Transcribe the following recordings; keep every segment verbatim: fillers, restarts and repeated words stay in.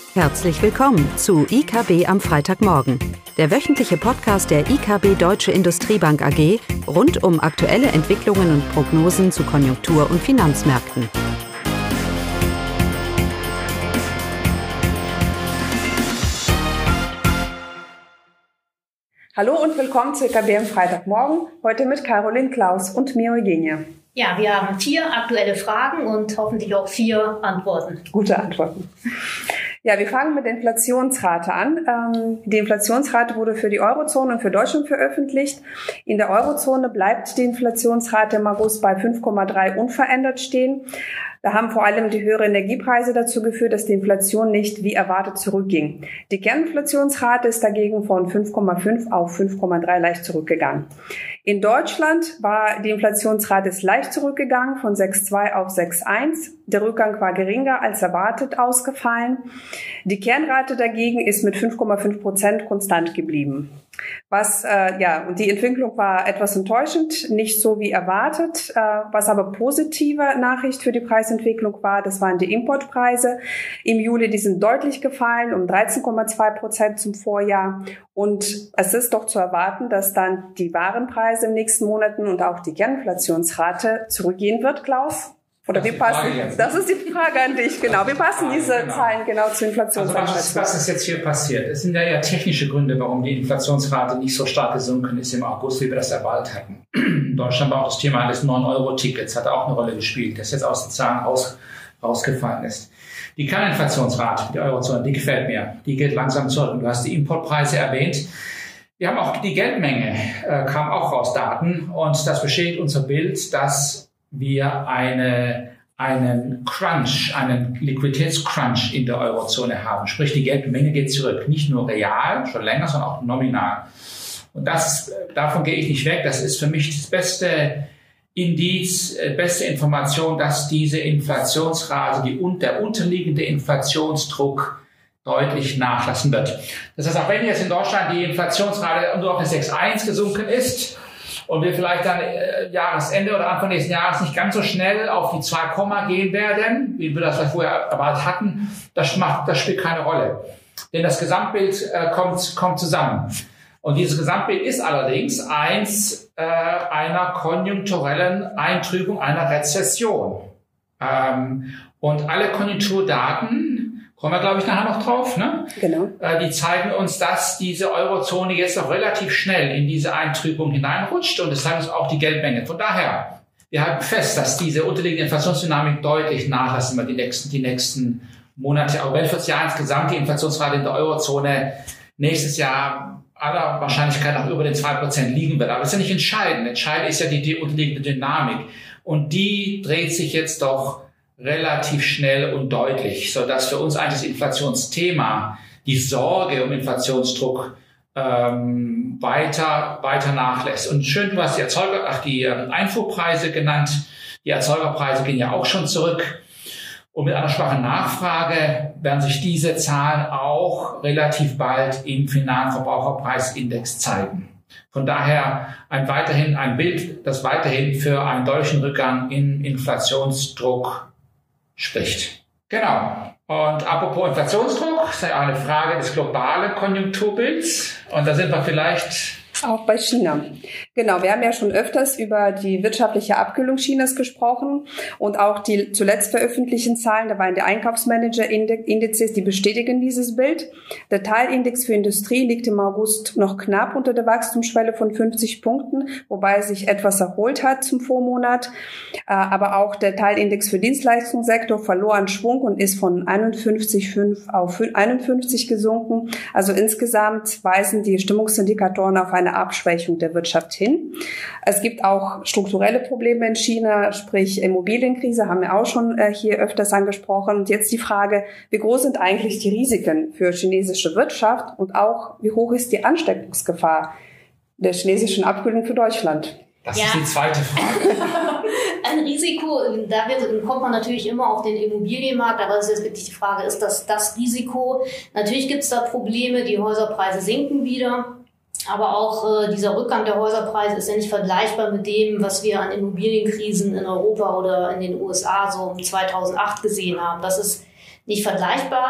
Herzlich willkommen zu I K B am Freitagmorgen, der wöchentliche Podcast der I K B Deutsche Industriebank A G rund um aktuelle Entwicklungen und Prognosen zu Konjunktur- und Finanzmärkten. Hallo und willkommen zu I K B am Freitagmorgen, heute mit Caroline, Klaus und mir Eugenia. Ja, wir haben vier aktuelle Fragen und hoffentlich auch vier Antworten. Gute Antworten. Ja, wir fangen mit der Inflationsrate an. Die Inflationsrate wurde für die Eurozone und für Deutschland veröffentlicht. In der Eurozone bleibt die Inflationsrate im August bei fünf Komma drei unverändert stehen. Da haben vor allem die höheren Energiepreise dazu geführt, dass die Inflation nicht wie erwartet zurückging. Die Kerninflationsrate ist dagegen von fünf Komma fünf auf fünf Komma drei leicht zurückgegangen. In Deutschland war die Inflationsrate ist leicht zurückgegangen von sechs Komma zwei auf sechs Komma eins. Der Rückgang war geringer als erwartet ausgefallen. Die Kernrate dagegen ist mit fünf Komma fünf Prozent konstant geblieben. Was, äh, ja, und die Entwicklung war etwas enttäuschend, nicht so wie erwartet. Äh, was aber positive Nachricht für die Preisentwicklung war, das waren die Importpreise. Im Juli, die sind deutlich gefallen, um dreizehn Komma zwei Prozent zum Vorjahr. Und es ist doch zu erwarten, dass dann die Warenpreise in den nächsten Monaten und auch die Kerninflationsrate zurückgehen wird, Klaus? Oder wir passen, das ist die Frage an dich, genau. Wir passen diese genau. Zahlen genau zur Inflationsrate. Also was, was ist jetzt hier passiert? Es sind ja eher technische Gründe, warum die Inflationsrate nicht so stark gesunken ist im August, wie wir das erwartet hatten. In Deutschland war auch das Thema des neun Euro Tickets, hat auch eine Rolle gespielt, das jetzt aus den Zahlen raus, rausgefallen ist. Die Kerninflationsrate, die Eurozone, die gefällt mir. Die geht langsam zurück. Du hast die Importpreise erwähnt. Wir haben auch die Geldmenge, äh, kam auch raus, Daten. Und das bestätigt unser Bild, dass wir eine, einen Crunch, einen Liquiditätscrunch in der Eurozone haben. Sprich, die Geldmenge geht zurück. Nicht nur real, schon länger, sondern auch nominal. Und das, davon gehe ich nicht weg. Das ist für mich das beste Indiz, beste Information, dass diese Inflationsrate, die, der unterliegende Inflationsdruck deutlich nachlassen wird. Das heißt, auch wenn jetzt in Deutschland die Inflationsrate nur auf eine sechs Komma eins gesunken ist, und wir vielleicht dann äh, Jahresende oder Anfang nächsten Jahres nicht ganz so schnell auf die zwei Komma gehen werden, wie wir das vielleicht vorher erwartet hatten, das macht, das spielt keine Rolle. Denn das Gesamtbild äh, kommt, kommt zusammen. Und dieses Gesamtbild ist allerdings eins äh, einer konjunkturellen Eintrübung, einer Rezession. Ähm, und alle Konjunkturdaten, kommen wir, glaube ich, nachher noch drauf, ne? Genau. Äh, die zeigen uns, dass diese Eurozone jetzt noch relativ schnell in diese Eintrübung hineinrutscht und es zeigen uns auch die Geldmenge. Von daher, wir halten fest, dass diese unterliegende Inflationsdynamik deutlich nachlassen wird die nächsten, die nächsten Monate. Auch wenn für das Jahr insgesamt die Inflationsrate in der Eurozone nächstes Jahr aller Wahrscheinlichkeit noch über den zwei Prozent liegen wird. Aber das ist ja nicht entscheidend. Entscheidend ist ja die, die unterliegende Dynamik. Und die dreht sich jetzt doch relativ schnell und deutlich, so dass für uns eigentlich das Inflationsthema, die Sorge um Inflationsdruck ähm, weiter weiter nachlässt. Und schön, du hast die Erzeuger, ach die ähm, Einfuhrpreise genannt. Die Erzeugerpreise gehen ja auch schon zurück. Und mit einer schwachen Nachfrage werden sich diese Zahlen auch relativ bald im finalen Verbraucherpreisindex zeigen. Von daher ein weiterhin ein Bild, das weiterhin für einen deutlichen Rückgang in Inflationsdruck spricht. Genau. Und apropos Inflationsdruck, ist ja eine Frage des globalen Konjunkturbilds. Und da sind wir vielleicht auch bei China. Genau, wir haben ja schon öfters über die wirtschaftliche Abkühlung Chinas gesprochen und auch die zuletzt veröffentlichten Zahlen, da waren die Einkaufsmanager-Indizes, die bestätigen dieses Bild. Der Teilindex für Industrie liegt im August noch knapp unter der Wachstumsschwelle von fünfzig Punkten, wobei es sich etwas erholt hat zum Vormonat. Aber auch der Teilindex für Dienstleistungssektor verlor an Schwung und ist von einundfünfzig Komma fünf auf einundfünfzig gesunken. Also insgesamt weisen die Stimmungsindikatoren auf eine Abschwächung der Wirtschaft hin. Es gibt auch strukturelle Probleme in China, sprich Immobilienkrise, haben wir auch schon äh, hier öfters angesprochen. Und jetzt die Frage, wie groß sind eigentlich die Risiken für chinesische Wirtschaft und auch wie hoch ist die Ansteckungsgefahr der chinesischen Abkühlung für Deutschland? Das ja. ist die zweite Frage. Ein Risiko, da wird, kommt man natürlich immer auf den Immobilienmarkt, aber es ist jetzt wirklich die Frage, ist das das Risiko? Natürlich gibt es da Probleme, die Häuserpreise sinken wieder. Aber auch äh, dieser Rückgang der Häuserpreise ist ja nicht vergleichbar mit dem, was wir an Immobilienkrisen in Europa oder in den U S A so um zweitausendacht gesehen haben. Das ist nicht vergleichbar.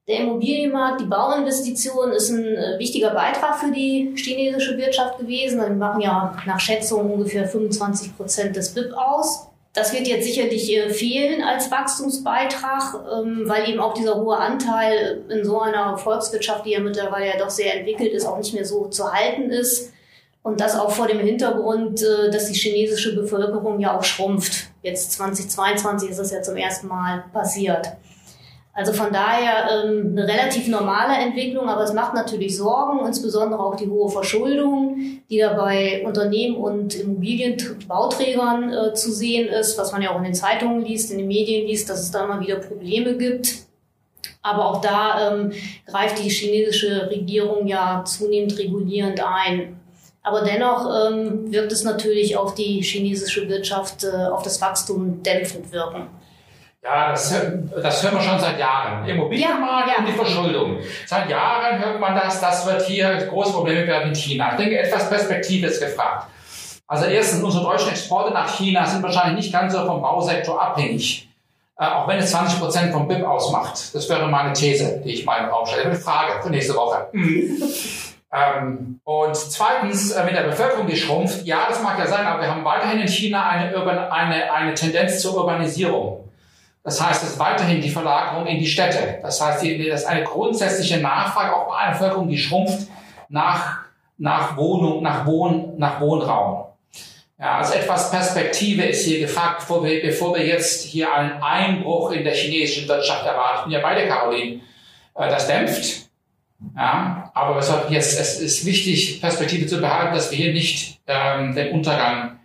Der Immobilienmarkt, die Bauinvestition ist ein äh, wichtiger Beitrag für die chinesische Wirtschaft gewesen. Wir machen ja nach Schätzung ungefähr fünfundzwanzig Prozent des B I P aus. Das wird jetzt sicherlich äh, fehlen als Wachstumsbeitrag, ähm, weil eben auch dieser hohe Anteil in so einer Volkswirtschaft, die ja mittlerweile ja doch sehr entwickelt ist, auch nicht mehr so zu halten ist. Und das auch vor dem Hintergrund, äh, dass die chinesische Bevölkerung ja auch schrumpft. Jetzt zweitausendzweiundzwanzig ist das ja zum ersten Mal passiert. Also von daher ähm, eine relativ normale Entwicklung, aber es macht natürlich Sorgen, insbesondere auch die hohe Verschuldung, die da bei Unternehmen und Immobilienbauträgern äh, zu sehen ist, was man ja auch in den Zeitungen liest, in den Medien liest, dass es da immer wieder Probleme gibt. Aber auch da ähm, greift die chinesische Regierung ja zunehmend regulierend ein. Aber dennoch ähm, wirkt es natürlich auf die chinesische Wirtschaft, äh, auf das Wachstum dämpfend wirken. Ja, das, das hören wir schon seit Jahren. Immobilienmarkt ja, ja. und die Verschuldung. Seit Jahren hört man das, das wird hier große Probleme werden in China. Ich denke, etwas Perspektive ist gefragt. Also erstens, unsere deutschen Exporte nach China sind wahrscheinlich nicht ganz so vom Bausektor abhängig. Äh, auch wenn es zwanzig Prozent vom B I P ausmacht. Das wäre meine These, die ich mal im Raum stelle. Eine Frage für nächste Woche. Mhm. ähm, und zweitens, äh, mit der Bevölkerung, die schrumpft. Ja, das mag ja sein, aber wir haben weiterhin in China eine, eine, eine Tendenz zur Urbanisierung. Das heißt, es ist weiterhin die Verlagerung in die Städte. Das heißt, die, das ist eine grundsätzliche Nachfrage auch bei einer Bevölkerung, die schrumpft nach, nach Wohnung, nach Wohn, nach Wohnraum. Ja, also etwas Perspektive ist hier gefragt, bevor wir, bevor wir jetzt hier einen Einbruch in der chinesischen Wirtschaft erwarten. Ich bin ja bei der Caroline. Das dämpft. Ja, aber es, hat jetzt, es ist wichtig, Perspektive zu behalten, dass wir hier nicht ähm, den Untergang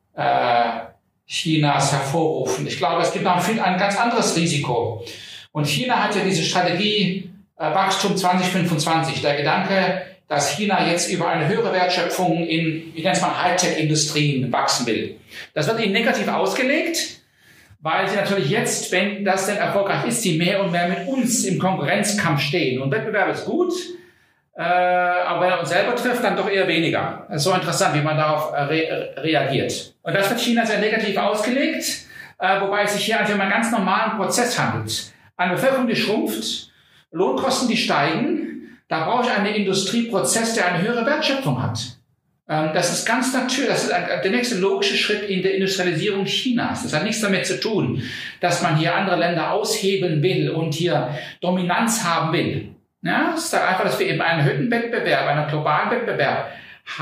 äh, Chinas hervorrufen. Ich glaube, es gibt noch ein, ein ganz anderes Risiko. Und China hat ja diese Strategie äh, Wachstum zwanzig fünfundzwanzig. Der Gedanke, dass China jetzt über eine höhere Wertschöpfung in, ich nenne es mal Hightech-Industrien wachsen will. Das wird ihnen negativ ausgelegt, weil sie natürlich jetzt, wenn das denn erfolgreich ist, sie mehr und mehr mit uns im Konkurrenzkampf stehen. Und Wettbewerb ist gut, äh, aber wenn er uns selber trifft, dann doch eher weniger. Es ist so interessant, wie man darauf re reagiert. Und das wird China sehr negativ ausgelegt, äh, wobei es sich hier also um einen ganz normalen Prozess handelt. Eine Bevölkerung, die schrumpft, Lohnkosten, die steigen, da brauche ich einen Industrieprozess, der eine höhere Wertschöpfung hat. Ähm, das ist ganz natürlich, das ist ein, der nächste logische Schritt in der Industrialisierung Chinas. Das hat nichts damit zu tun, dass man hier andere Länder aushebeln will und hier Dominanz haben will. Ja, es ist einfach, dass wir eben einen erhöhten Wettbewerb, einen globalen Wettbewerb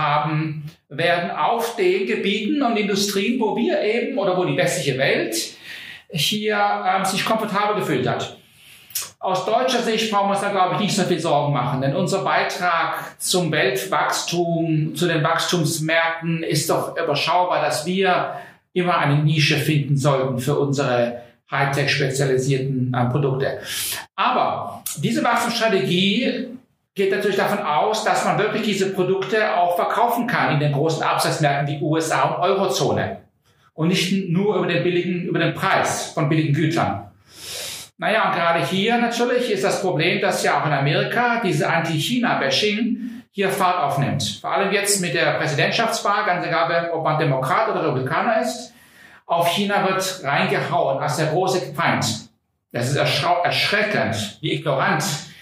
haben werden auf den Gebieten und Industrien, wo wir eben oder wo die westliche Welt hier ähm, sich komfortabel gefühlt hat. Aus deutscher Sicht brauchen wir uns da, glaube ich, nicht so viel Sorgen machen, denn unser Beitrag zum Weltwachstum, zu den Wachstumsmärkten ist doch überschaubar, dass wir immer eine Nische finden sollten für unsere Hightech-spezialisierten äh, Produkte. Aber diese Wachstumsstrategie geht natürlich davon aus, dass man wirklich diese Produkte auch verkaufen kann in den großen Absatzmärkten wie U S A und Eurozone und nicht nur über den billigen, über den Preis von billigen Gütern. Naja, und gerade hier natürlich ist das Problem, dass ja auch in Amerika diese Anti-China-Bashing hier Fahrt aufnimmt. Vor allem jetzt mit der Präsidentschaftswahl, ganz egal, ob man Demokrat oder Republikaner ist, auf China wird reingehauen als der große Feind. Das ist erschreckend, wie ignorant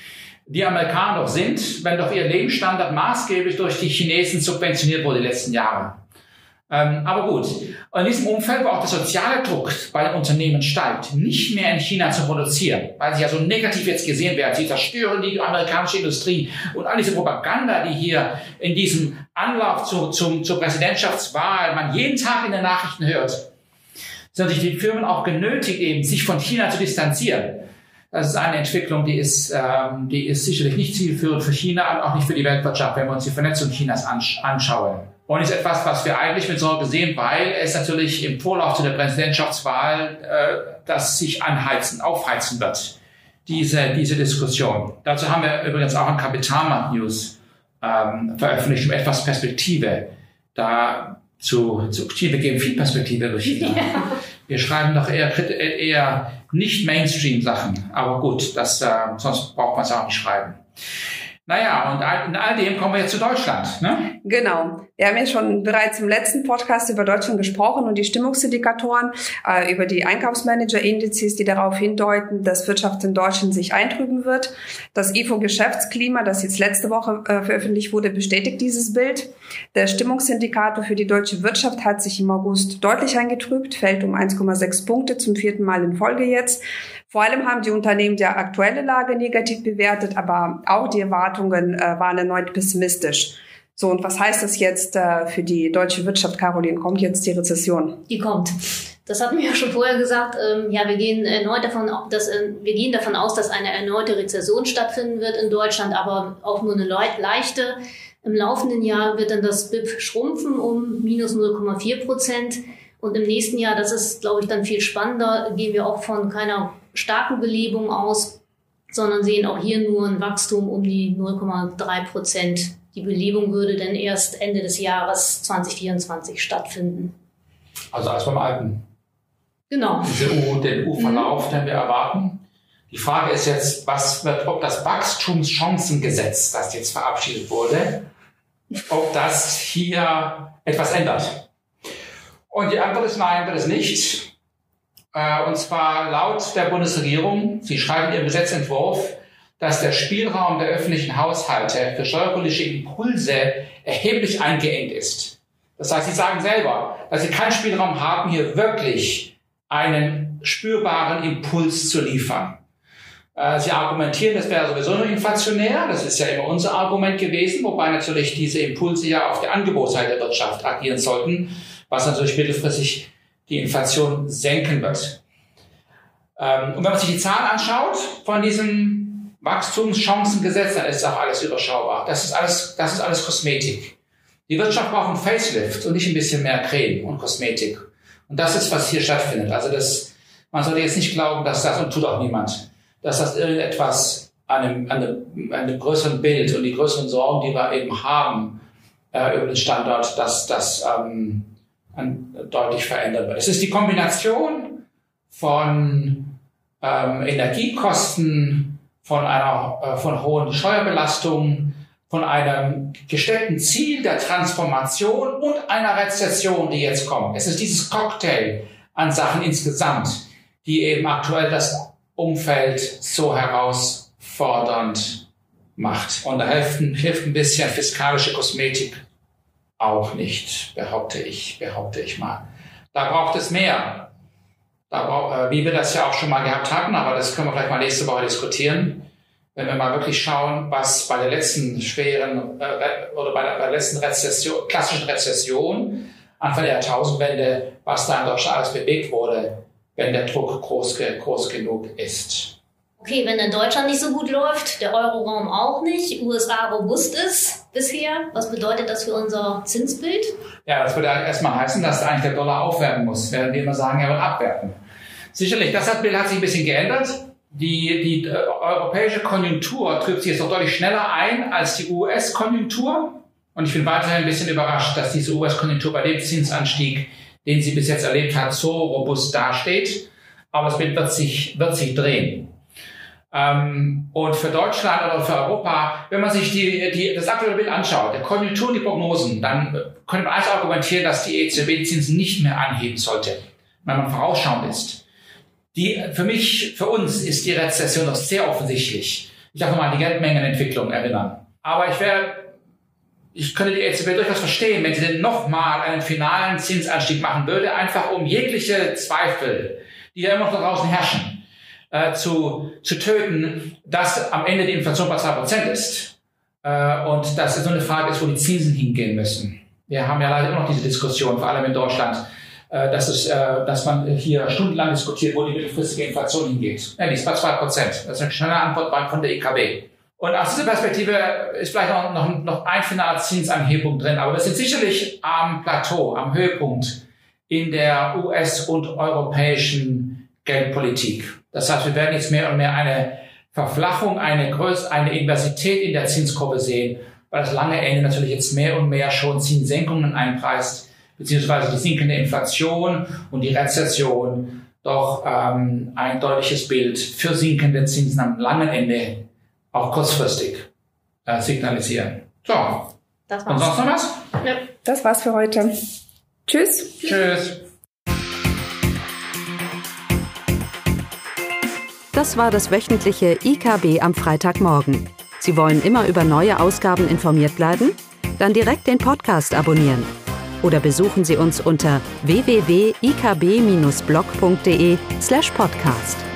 die Amerikaner doch sind, wenn doch ihr Lebensstandard maßgeblich durch die Chinesen subventioniert wurde die letzten Jahre. Ähm, aber gut, und in diesem Umfeld, wo auch der soziale Druck bei den Unternehmen steigt, nicht mehr in China zu produzieren, weil sie ja so negativ jetzt gesehen werden, sie zerstören die amerikanische Industrie und all diese Propaganda, die hier in diesem Anlauf zu, zum, zur Präsidentschaftswahl man jeden Tag in den Nachrichten hört, sind sich die Firmen auch genötigt, eben sich von China zu distanzieren. Das ist eine Entwicklung, die ist, ähm, die ist sicherlich nicht zielführend für China und auch nicht für die Weltwirtschaft, wenn wir uns die Vernetzung Chinas ansch anschauen. Und ist etwas, was wir eigentlich mit Sorge sehen, weil es natürlich im Vorlauf zu der Präsidentschaftswahl äh, das sich anheizen, aufheizen wird, diese, diese Diskussion. Dazu haben wir übrigens auch ein Kapitalmarkt News ähm, veröffentlicht, um etwas Perspektive da zu, zu wir geben viel Perspektive durch China. Ja. Wir schreiben doch eher, eher nicht Mainstream-Sachen, aber gut, das, äh, sonst braucht man es auch nicht schreiben. Naja, und in all dem kommen wir jetzt zu Deutschland, ne? Genau. Wir haben ja schon bereits im letzten Podcast über Deutschland gesprochen und die Stimmungsindikatoren, äh, über die Einkaufsmanager-Indizes, die darauf hindeuten, dass Wirtschaft in Deutschland sich eintrüben wird. Das I F O-Geschäftsklima, das jetzt letzte Woche äh, veröffentlicht wurde, bestätigt dieses Bild. Der Stimmungsindikator für die deutsche Wirtschaft hat sich im August deutlich eingetrübt, fällt um eins Komma sechs Punkte zum vierten Mal in Folge jetzt. Vor allem haben die Unternehmen die aktuelle Lage negativ bewertet, aber auch die Erwartungen äh, waren erneut pessimistisch. So, und was heißt das jetzt äh, für die deutsche Wirtschaft, Caroline? Kommt jetzt die Rezession? Die kommt. Das hatten wir ja schon vorher gesagt. Ähm, ja, wir gehen erneut davon, dass, äh, wir gehen davon aus, dass eine erneute Rezession stattfinden wird in Deutschland, aber auch nur eine le- leichte. Im laufenden Jahr wird dann das B I P schrumpfen um minus null Komma vier Prozent. Und im nächsten Jahr, das ist, glaube ich, dann viel spannender, gehen wir auch von keiner starken Belebung aus, sondern sehen auch hier nur ein Wachstum um die null Komma drei Prozent. Die Belebung würde dann erst Ende des Jahres zwanzig vierundzwanzig stattfinden. Also alles beim Alten. Genau. Diese U, den U-Verlauf, mhm. den wir erwarten. Die Frage ist jetzt, was wird, ob das Wachstumschancengesetz, das jetzt verabschiedet wurde, ob das hier etwas ändert. Und die Antwort ist nein, wird es nicht. Und zwar laut der Bundesregierung, sie schreiben in ihrem Gesetzentwurf, dass der Spielraum der öffentlichen Haushalte für steuerpolitische Impulse erheblich eingeengt ist. Das heißt, sie sagen selber, dass sie keinen Spielraum haben, hier wirklich einen spürbaren Impuls zu liefern. Sie argumentieren, das wäre sowieso nur inflationär. Das ist ja immer unser Argument gewesen, wobei natürlich diese Impulse ja auf der Angebotsseite der Wirtschaft agieren sollten, was natürlich mittelfristig die Inflation senken wird. Und wenn man sich die Zahlen anschaut von diesem Wachstumschancengesetz, dann ist auch alles überschaubar. Das ist alles, das ist alles Kosmetik. Die Wirtschaft braucht einen Facelift und nicht ein bisschen mehr Creme und Kosmetik. Und das ist, was hier stattfindet. Also das, man sollte jetzt nicht glauben, dass das, und tut auch niemand, dass das irgendetwas an einem, an einem, an einem größeren Bild und die größeren Sorgen, die wir eben haben äh, über den Standort, dass das ähm, an, deutlich verändert wird. Es ist die Kombination von ähm, Energiekosten, von einer äh, von hohen Steuerbelastungen, von einem gesteckten Ziel der Transformation und einer Rezession, die jetzt kommt. Es ist dieses Cocktail an Sachen insgesamt, die eben aktuell das Umfeld so herausfordernd macht. Und da hilft, hilft ein bisschen fiskalische Kosmetik auch nicht, behaupte ich, behaupte ich mal. Da braucht es mehr. Da, wie wir das ja auch schon mal gehabt hatten, aber das können wir vielleicht mal nächste Woche diskutieren, wenn wir mal wirklich schauen, was bei der letzten schweren äh, oder bei der, bei der letzten Rezession, klassischen Rezession, Anfang der Jahrtausendwende, was da in Deutschland alles bewegt wurde, wenn der Druck groß, groß genug ist. Okay, wenn in Deutschland nicht so gut läuft, der Euroraum auch nicht, U S A robust ist bisher, was bedeutet das für unser Zinsbild? Ja, das würde erstmal heißen, dass eigentlich der Dollar aufwerten muss, während wir immer sagen, er wird abwerten. Sicherlich, das Bild hat sich ein bisschen geändert. Die, die äh, europäische Konjunktur trifft sich jetzt doch deutlich schneller ein als die U S-Konjunktur. Und ich bin weiterhin ein bisschen überrascht, dass diese U S-Konjunktur bei dem Zinsanstieg, den sie bis jetzt erlebt hat, so robust dasteht. Aber das Bild wird sich, wird sich drehen. Ähm, und für Deutschland oder für Europa, wenn man sich die, die, das aktuelle Bild anschaut, der Konjunktur und die Prognosen, dann könnte man also argumentieren, dass die E Z B die Zinsen nicht mehr anheben sollte, wenn man vorausschauend ist. Die, für mich, für uns ist die Rezession doch sehr offensichtlich. Ich darf nochmal an die Geldmengenentwicklung erinnern. Aber ich wäre, ich könnte die E Z B durchaus verstehen, wenn sie denn nochmal einen finalen Zinsanstieg machen würde, einfach um jegliche Zweifel, die ja immer noch da draußen herrschen, äh, zu, zu töten, dass am Ende die Inflation bei zwei Prozent ist. Äh, und dass es nur eine Frage ist, wo die Zinsen hingehen müssen. Wir haben ja leider immer noch diese Diskussion, vor allem in Deutschland, Dass, es, dass man hier stundenlang diskutiert, wo die mittelfristige Inflation hingeht. Ja, die ist bei zwei Prozent. Das ist eine schnelle Antwort von der E K B. Und aus dieser Perspektive ist vielleicht noch, noch, noch ein finaler Zinsanhebung drin. Aber wir sind sicherlich am Plateau, am Höhepunkt in der U S- und europäischen Geldpolitik. Das heißt, wir werden jetzt mehr und mehr eine Verflachung, eine Größe, eine Inversität in der Zinskurve sehen, weil das lange Ende natürlich jetzt mehr und mehr schon Zinssenkungen einpreist, beziehungsweise die sinkende Inflation und die Rezession doch ähm, ein deutliches Bild für sinkende Zinsen am langen Ende auch kurzfristig äh, signalisieren. So, Das war's. Und sonst noch was? Ja. Das war's für heute. Tschüss. Tschüss. Das war das wöchentliche I K B am Freitagmorgen. Sie wollen immer über neue Ausgaben informiert bleiben? Dann direkt den Podcast abonnieren. Oder besuchen Sie uns unter w w w punkt i k b bindestrich blog punkt de slash podcast.